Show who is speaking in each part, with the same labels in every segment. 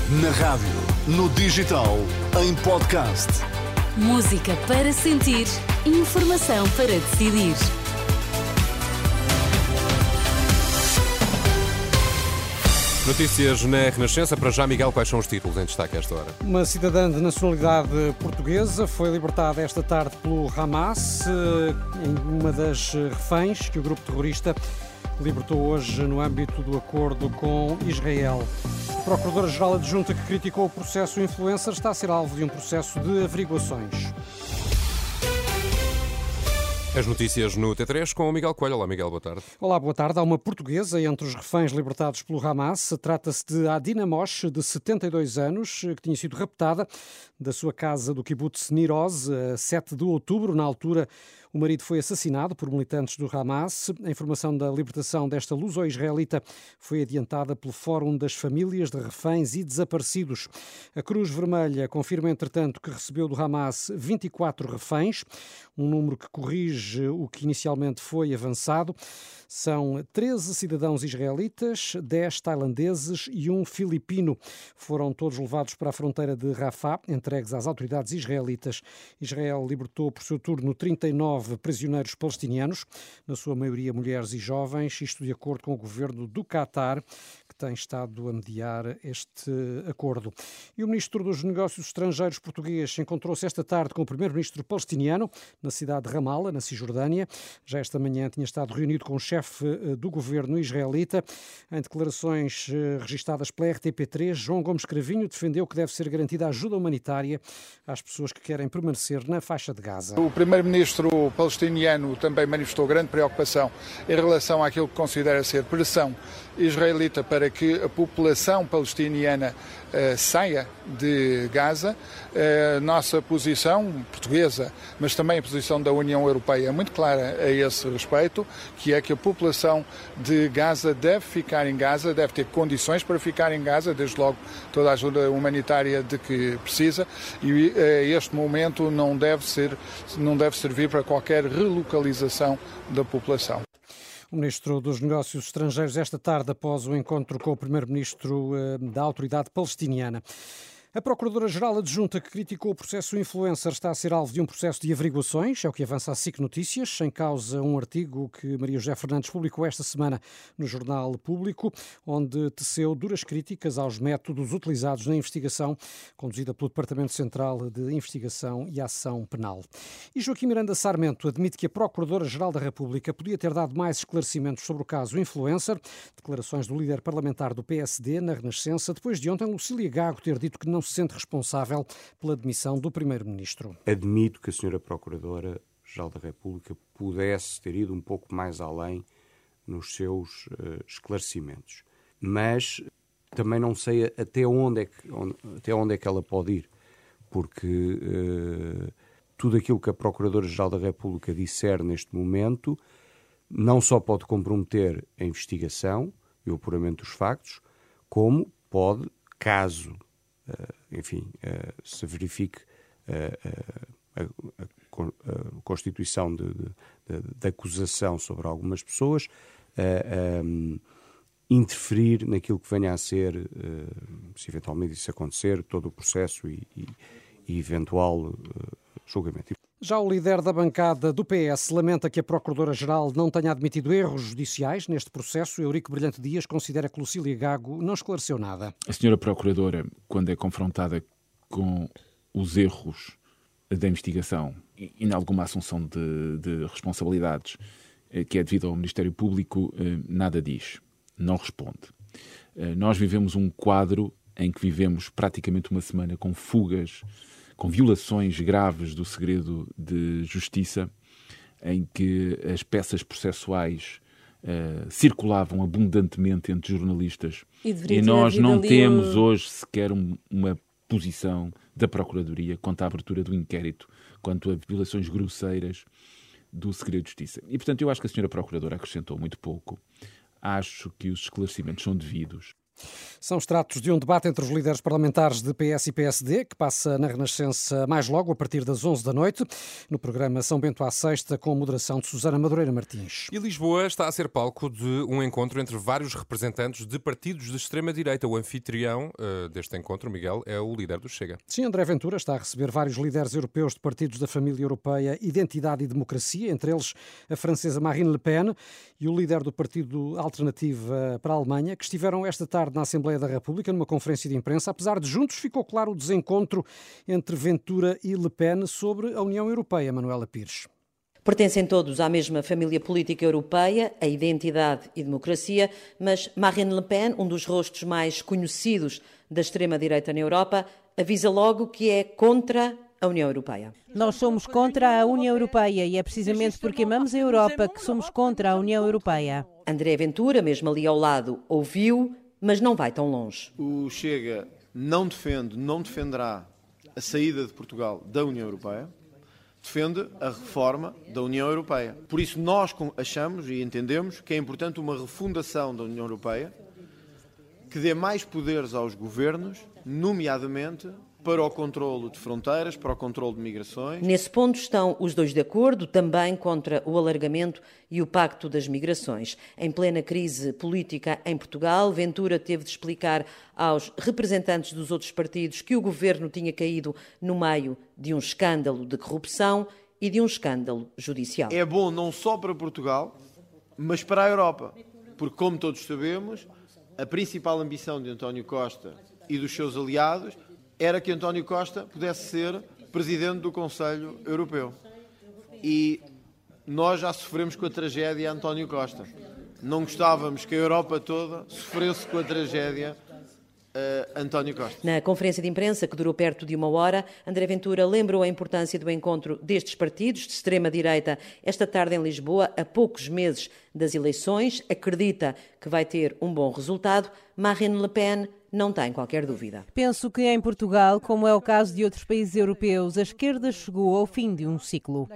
Speaker 1: Na rádio, no digital, em podcast.
Speaker 2: Música para sentir, informação para decidir.
Speaker 3: Notícias na Renascença. Para já, Miguel, quais são os títulos em destaque a esta hora?
Speaker 4: Uma cidadã de nacionalidade portuguesa foi libertada esta tarde pelo Hamas, em uma das reféns que o grupo terrorista libertou hoje no âmbito do acordo com Israel. A Procuradora-Geral Adjunta que criticou o processo influencer está a ser alvo de um processo de averiguações.
Speaker 3: As notícias no T3 com o Miguel Coelho. Olá, Miguel, boa tarde.
Speaker 4: Olá, boa tarde. Há uma portuguesa entre os reféns libertados pelo Hamas. Trata-se de Adina Mosh, de 72 anos, que tinha sido raptada da sua casa do kibbutz Nir Oz, a 7 de outubro. Na altura, o marido foi assassinado por militantes do Hamas. A informação da libertação desta luso-israelita foi adiantada pelo Fórum das Famílias de Reféns e Desaparecidos. A Cruz Vermelha confirma, entretanto, que recebeu do Hamas 24 reféns, um número que corrige o que inicialmente foi avançado. São 13 cidadãos israelitas, 10 tailandeses e um filipino. Foram todos levados para a fronteira de Rafah, entregues às autoridades israelitas. Israel libertou, por seu turno, 39 prisioneiros palestinianos, na sua maioria mulheres e jovens, isto de acordo com o governo do Qatar, que tem estado a mediar este acordo. E o ministro dos Negócios Estrangeiros português encontrou-se esta tarde com o primeiro-ministro palestiniano na cidade de Ramallah, na Cisjordânia. Já esta manhã tinha estado reunido com o chefe do governo israelita. Em declarações registadas pela RTP3, João Gomes Cravinho defendeu que deve ser garantida ajuda humanitária às pessoas que querem permanecer na faixa de Gaza.
Speaker 5: O primeiro-ministro palestiniano também manifestou grande preocupação em relação àquilo que considera ser pressão israelita para que a população palestiniana saia de Gaza. Nossa posição portuguesa, mas também a posição da União Europeia é muito clara a esse respeito, que é que a população de Gaza deve ficar em Gaza, deve ter condições para ficar em Gaza, desde logo toda a ajuda humanitária de que precisa, e este momento não deve servir para qualquer relocalização da população.
Speaker 4: O Ministro dos Negócios Estrangeiros esta tarde após o encontro com o Primeiro-Ministro da Autoridade Palestiniana. A Procuradora-Geral Adjunta que criticou o processo influencer está a ser alvo de um processo de averiguações, é o que avança a SIC Notícias, em causa um artigo que Maria José Fernandes publicou esta semana no Jornal Público, onde teceu duras críticas aos métodos utilizados na investigação conduzida pelo Departamento Central de Investigação e Ação Penal. E Joaquim Miranda Sarmento admite que a Procuradora-Geral da República podia ter dado mais esclarecimentos sobre o caso influencer, declarações do líder parlamentar do PSD na Renascença, depois de ontem Lucília Gago ter dito que não se sente responsável pela demissão do Primeiro-Ministro.
Speaker 6: Admito que a Sra. Procuradora-Geral da República pudesse ter ido um pouco mais além nos seus esclarecimentos. Mas também não sei até onde é que ela pode ir, porque tudo aquilo que a Procuradora-Geral da República disser neste momento não só pode comprometer a investigação e o apuramento dos factos, como pode, caso se verifique a constituição de acusação sobre algumas pessoas, interferir naquilo que venha a ser, se eventualmente isso acontecer, todo o processo e eventual julgamento.
Speaker 4: Já o líder da bancada do PS lamenta que a Procuradora-Geral não tenha admitido erros judiciais neste processo. Eurico Brilhante Dias considera que Lucília Gago não esclareceu nada.
Speaker 7: A senhora Procuradora, quando é confrontada com os erros da investigação e em alguma assunção de responsabilidades que é devido ao Ministério Público, nada diz, não responde. Nós vivemos um quadro em que vivemos praticamente uma semana com fugas, com violações graves do segredo de justiça, em que as peças processuais circulavam abundantemente entre jornalistas e nós não temos hoje sequer uma posição da Procuradoria quanto à abertura do inquérito, quanto a violações grosseiras do segredo de justiça. E, portanto, eu acho que a senhora Procuradora acrescentou muito pouco. Acho que os esclarecimentos são devidos.
Speaker 4: São extratos de um debate entre os líderes parlamentares de PS e PSD, que passa na Renascença mais logo, a partir das 11 da noite, no programa São Bento à Sexta, com a moderação de Susana Madureira Martins.
Speaker 3: E Lisboa está a ser palco de um encontro entre vários representantes de partidos de extrema-direita. O anfitrião deste encontro, Miguel, é o líder do Chega.
Speaker 4: Sim, André Ventura está a receber vários líderes europeus de partidos da família europeia Identidade e Democracia, entre eles a francesa Marine Le Pen e o líder do Partido Alternativa para a Alemanha, que estiveram esta tarde na Assembleia da República numa conferência de imprensa. Apesar de juntos, ficou claro o desencontro entre Ventura e Le Pen sobre a União Europeia. Manuela Pires.
Speaker 8: Pertencem todos à mesma família política europeia, a Identidade e Democracia, mas Marine Le Pen, um dos rostos mais conhecidos da extrema-direita na Europa, avisa logo que é contra a União Europeia.
Speaker 9: Nós somos contra a União Europeia e é precisamente porque amamos a Europa que somos contra a União Europeia.
Speaker 8: André Ventura, mesmo ali ao lado, ouviu, mas não vai tão longe.
Speaker 10: O Chega não defenderá a saída de Portugal da União Europeia, defende a reforma da União Europeia. Por isso nós achamos e entendemos que é importante uma refundação da União Europeia que dê mais poderes aos governos, nomeadamente para o controlo de fronteiras, para o controlo de migrações.
Speaker 8: Nesse ponto estão os dois de acordo, também contra o alargamento e o pacto das migrações. Em plena crise política em Portugal, Ventura teve de explicar aos representantes dos outros partidos que o governo tinha caído no meio de um escândalo de corrupção e de um escândalo judicial.
Speaker 10: É bom não só para Portugal, mas para a Europa, porque, como todos sabemos, a principal ambição de António Costa e dos seus aliados era que António Costa pudesse ser presidente do Conselho Europeu. E nós já sofremos com a tragédia António Costa. Não gostávamos que a Europa toda sofresse com a tragédia António Costa.
Speaker 8: Na conferência de imprensa, que durou perto de 1 hora, André Ventura lembrou a importância do encontro destes partidos de extrema-direita esta tarde em Lisboa, a poucos meses das eleições. Acredita que vai ter um bom resultado. Marine Le Pen não tem qualquer dúvida.
Speaker 9: Penso que em Portugal, como é o caso de outros países europeus, a esquerda chegou ao fim de um ciclo.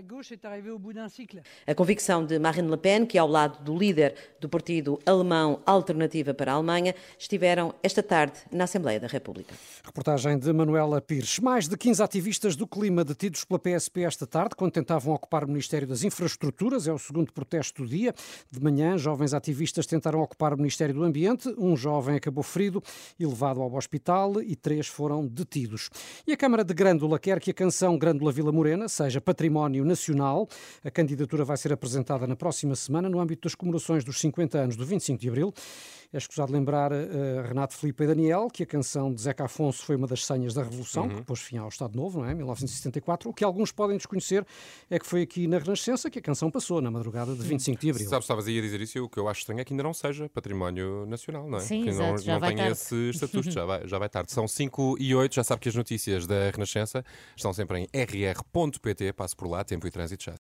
Speaker 8: A convicção de Marine Le Pen, que ao lado do líder do partido alemão Alternativa para a Alemanha, estiveram esta tarde na Assembleia da República.
Speaker 4: Reportagem de Manuela Pires. Mais de 15 ativistas do clima detidos pela PSP esta tarde, quando tentavam ocupar o Ministério das Infraestruturas. É o segundo protesto do dia. De manhã, jovens ativistas tentaram ocupar o Ministério do Ambiente. Um jovem acabou ferido e levado ao hospital e 3 foram detidos. E a Câmara de Grândola quer que a canção Grândola Vila Morena seja património nacional. A candidatura vai ser apresentada na próxima semana no âmbito das comemorações dos 50 anos do 25 de Abril. É escusado lembrar Renato Filipe e Daniel que a canção de Zeca Afonso foi uma das senhas da Revolução, que pôs fim ao Estado Novo, não é? 1974. O que alguns podem desconhecer é que foi aqui na Renascença que a canção passou, na madrugada de 25 de Abril.
Speaker 3: Sabes, estavas aí a dizer isso e o que eu acho estranho é que ainda não seja património nacional, não é?
Speaker 2: Sim,
Speaker 3: que
Speaker 2: exato,
Speaker 3: não tenha esse estatuto, já vai tarde. São 5h08, já sabe que as notícias da Renascença estão sempre em rr.pt, passo por lá, tempo e trânsito já.